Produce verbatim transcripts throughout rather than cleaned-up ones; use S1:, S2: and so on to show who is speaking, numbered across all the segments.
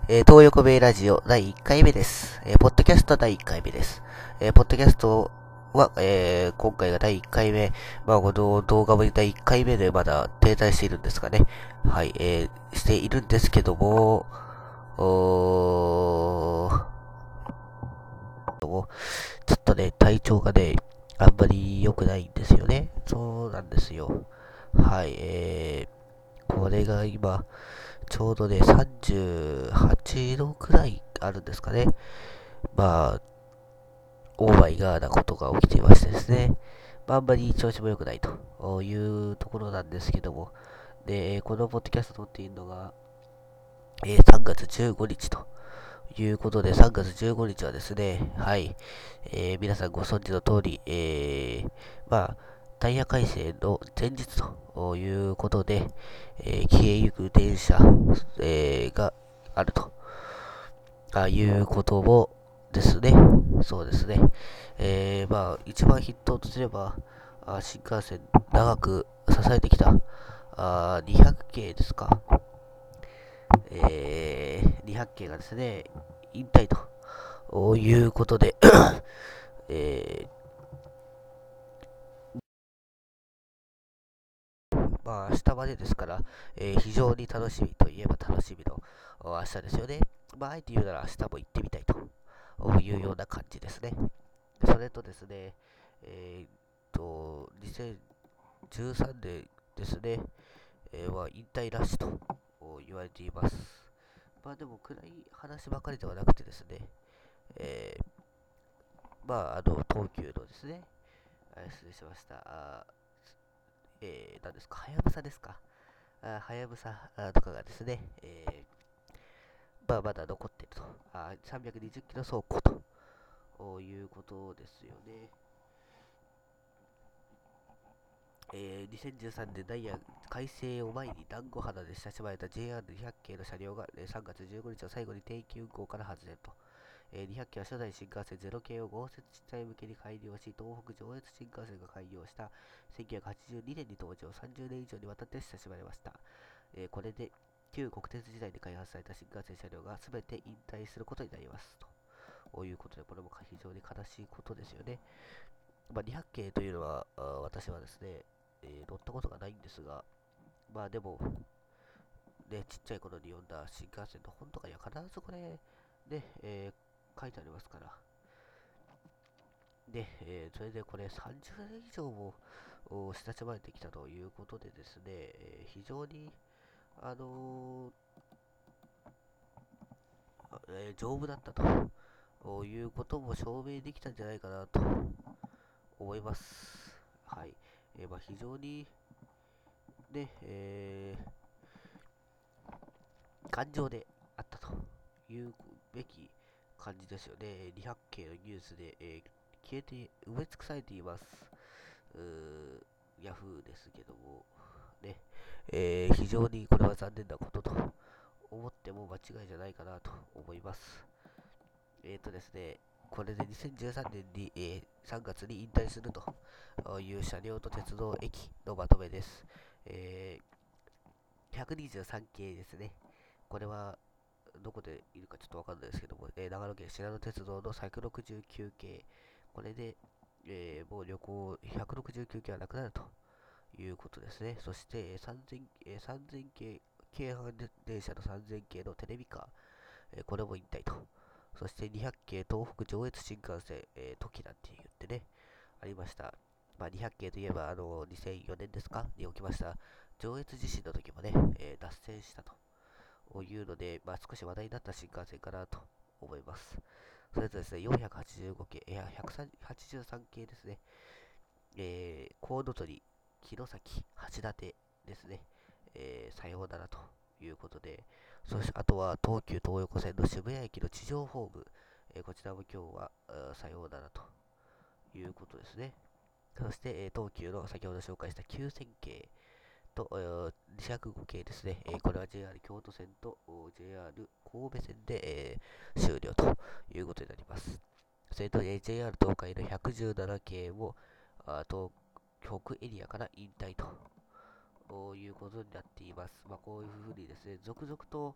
S1: えー東横米ラジオだいいっかいめです。えーポッドキャストだいいっかいめです。えーポッドキャストは、えー今回がだいいっかいめ。まあ、この動画もだいいっかいめでまだ停滞しているんですかね。はい、えーしているんですけども、おー、ちょっとね、体調がね、あんまり良くないんですよね。そうなんですよ。はい、えー、これが今、ちょうどね、さんじゅうはちどくらいあるんですかね。まあ、オーマイガーなことが起きていましてですね。まあ、あんまり調子も良くないというところなんですけども。で、このポッドキャストを撮っているのが、えーさんがつじゅうごにちということで、さんがつじゅうごにちはですね、はい、えー皆さんご存知の通り、えーまあ、タイヤ改正の前日ということで、えー消えゆく電車、えーがあるとああいうこともですね。そうですね。えー、まあ、一番筆頭とすれば、あ新幹線長く支えてきた、あにひゃく系ですか。えー、にひゃく系がですね、引退ということで、えー、まあ、明日までですから、えー非常に楽しみといえば楽しみの明日ですよね。まあ、あえて言うなら明日も行ってみたいというような感じですね。それとですね、えーっと、にせんじゅうさんねんですね、えーは引退ラッシュと言われています。まあでも暗い話ばかりではなくてですね、えー、まああの、東急のですね、あ失礼しました、あえー、何ですか、はやぶさですか。あはやぶさとかがですね、えー、まあまだ残っていると。あさんびゃくにじゅっキロ走行ということですよね。えー、にせんじゅうさんねんダイヤ改正を前に団子肌で親しまれた ジェイアールにひゃく 系の車両が、えーさんがつじゅうごにちを最後に定期運行から外れると。えーにひゃく系は初代新幹線ゼロ系を豪雪地帯向けに改良し、東北上越新幹線が開業したせんきゅうひゃくはちじゅうにねんに登場、さんじゅうねん以上にわたって親しまれました。えーこれで旧国鉄時代に開発された新幹線車両が全て引退することになります。ということで、これも非常に悲しいことですよね。まあ、にひゃく系というのは、あ私はですね、えー乗ったことがないんですが、まあでも、ね、ちっちゃい頃に読んだ新幹線の本とかには必ずこれ、ね、えー書いてありますから。で、えーそれでこれさんじゅうねん以上もお親しまれてきたということでですね、えー非常に、あのーえー丈夫だったということも証明できたんじゃないかなと思います。はい。えーまあ、非常にね、えー頑丈であったというべき感じですよね。にひゃく系のニュースで、えー消えて埋め尽くされています。うーヤフーですけども、ね、えー非常にこれは残念なことと思っても間違いじゃないかなと思います。えっ、ー、とですね、これでにせんじゅうさんねんに、えーさんがつに引退するという車両と鉄道駅のまとめです。えーひゃくにじゅうさん系ですね。これはどこでいるかちょっとわかんないですけども、えー長野県信濃鉄道のひゃくろくじゅうきゅう系、これで、えーもう旅行ひゃくろくじゅうきゅう系はなくなるということですね。そして、えーさんぜん、えーさんぜん系、京阪電車のさんぜん系のテレビカー、えーこれも引退と。そしてにひゃく系東北上越新幹線、えー、時なんて言ってね、ありました。まあ、にひゃく系といえば、あの、にせんよねんですかに起きました、上越地震の時もね、えー脱線したと。いうので、まあ、少し話題になった新幹線かなと思います。それとですね、よんひゃくはちじゅうご系、いや、ひゃくはちじゅうさん系ですね。えー、コウノトリ、城崎、橋立ですね。えー、さようならということで、そしてあとは東急東横線の渋谷駅の地上ホーム、えーこちらも今日はさようならということですね。そして、えー東急の先ほど紹介したきゅうせん系、と、えーにひゃくご系ですね。えーこれは ジェイアール 京都線と ジェイアール 神戸線で、えー終了ということになります。それと、えー ジェイアール 東海のひゃくじゅうなな系もあ東北エリアから引退ということになっています。まあ、こういうふうにですね、続々と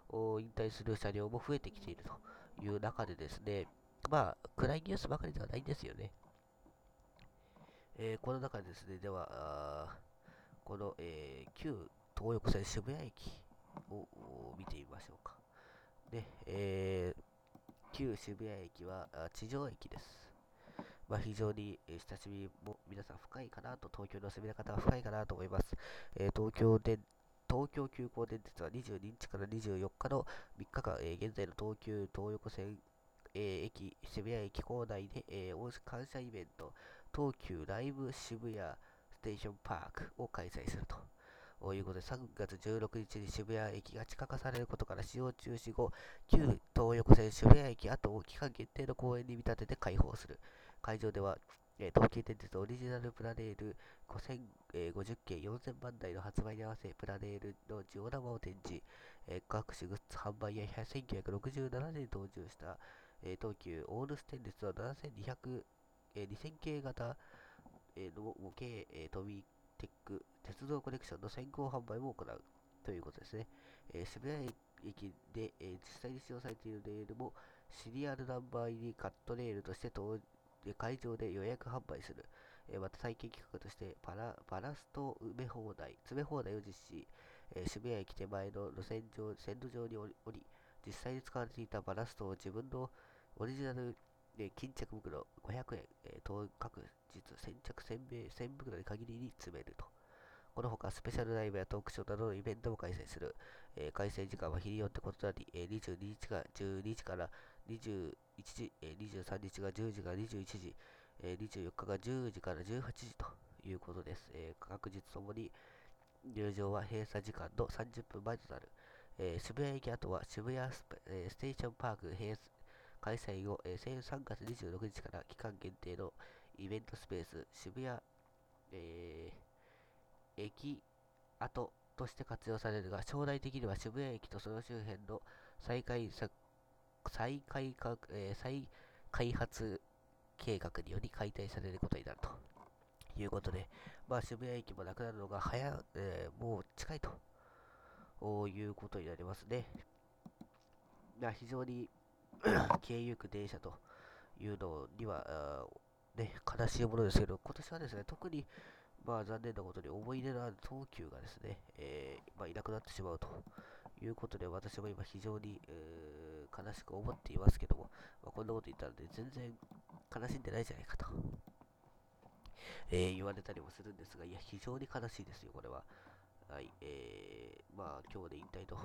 S1: 引退する車両も増えてきているという中でですね、まあ、暗いニュースばかりではないんですよね。えーこの中でですね、では、あこの、えー旧東横線渋谷駅を見てみましょうか。で、えー旧渋谷駅はあ地上駅です。まあ、非常に、えー親しみも皆さん深いかなと、東京にお住みの方は深いかなと思います。えー東京で東京急行電鉄はにじゅうににちからにじゅうよっかのみっかかん、えー現在の東急東横線、えー駅、渋谷駅構内で、えー、大感謝イベント、東急ライブ渋谷ステーションパークを開催すると。ということで、さんがつじゅうろくにちに渋谷駅が地下化されることから使用中止後、旧東横線渋谷駅跡を期間限定の公園に見立てて開放する。会場では、えー東急電鉄オリジナルプラレールごせんごじゅっけんよんせんまんだいの発売に合わせ、プラレールのジオラマを展示、えー各種グッズ販売やせんきゅうひゃくろくじゅうななねんに登場した、えー東急オールステンレスのななせんにひゃく、えーにせんけい型、えーの模型、えートミーテック鉄道コレクションの先行販売も行うということですね。えー渋谷駅で、えー実際に使用されているレールもシリアルナンバー入りカットレールとして登会場で予約販売する。えーまた体験企画としてパラパラスト埋め放題、詰め放題を実施。えー渋谷駅手前の路線上、線路上に降り、実際に使われていたバラストを自分のオリジナルで巾着袋ごひゃくえん、えー、当各日先着せん名、せん袋に限りに詰めると。このほかスペシャルライブやトークショーなどのイベントも開催する。えー開催時間は日によって異なり、えーにじゅうににちがじゅうにじからにじゅういちじ、えーにじゅうさんにちがじゅうじからにじゅういちじ、えーにじゅうよっかがじゅうじからじゅうはちじということです。えー各日ともに入場は閉鎖時間のさんじゅっぷんまえとなる。えー渋谷駅跡は渋谷スペ、えーステーションパーク閉開催後、えーさんがつにじゅうろくにちから期間限定のイベントスペース渋谷、えー駅跡として活用されるが、将来的には渋谷駅とその周辺の再開さ再開か、えー再開発計画により解体されることになるということで、まあ、渋谷駅もなくなるのが早、えーもう近いということになりますね。まあ、非常に経由区電車というのには、あーね、悲しいものですけど、今年はですね、特にまあ残念なことに思い出のある東急がですね、えーまあ、いなくなってしまうということで、私も今非常に、えー悲しく思っていますけども、まあ、こんなこと言ったので全然悲しんでないじゃないかと、えー言われたりもするんですが、いや、非常に悲しいですよ、これは。はい、えー、まあ今日で引退と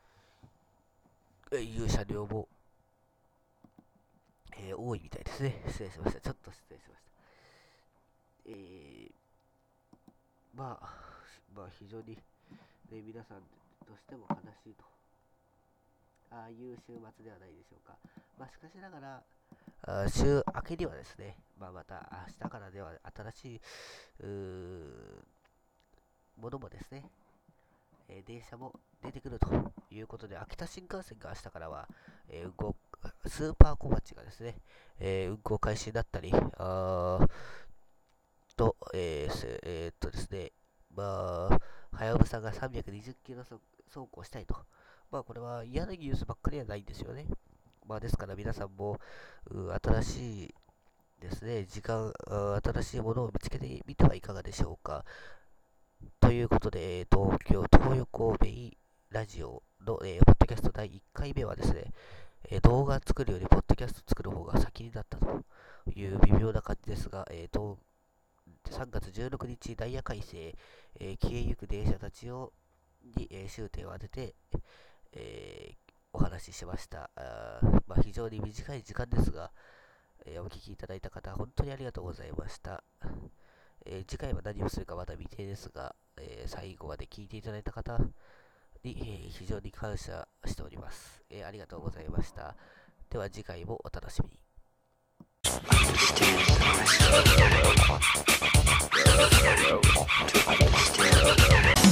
S1: いう車両も、えー多いみたいですね。失礼しました。ちょっと失礼しました。えー、まあ、まあ非常に、ね、皆さんとしても悲しいと。ああいう週末ではないでしょうか。まあ、しかしながら、あ週明けにはですね、まあ、また明日からでは新しい、うーものもですね、えー電車も出てくるということで、秋田新幹線が明日からは、えー運行、スーパー小町がですね、えー運行開始になったり、あーと、えーすえーっとですね、まあ、はやぶさがさんびゃくにじゅっキロ走行したいと。まあ、これは嫌なニュースばっかりはないんですよね。まあ、ですから皆さんも、う新しいですね、時間、あ新しいものを見つけてみてはいかがでしょうか。ということで、えー東京、東横メインラジオの、えーポッドキャストだいいっかいめはですね、えー動画作るよりポッドキャスト作る方が先になったという微妙な感じですが、えーとさんがつじゅうろくにちダイヤ改正、えー消えゆく電車たちをに、えー終点を当てて、えーお話ししました。あーまあ、非常に短い時間ですが、えーお聞きいただいた方、本当にありがとうございました。えー次回は何をするかまだ未定ですが、えー最後まで聞いていただいた方に、えー非常に感謝しております、えーありがとうございました。では次回もお楽しみに。To understand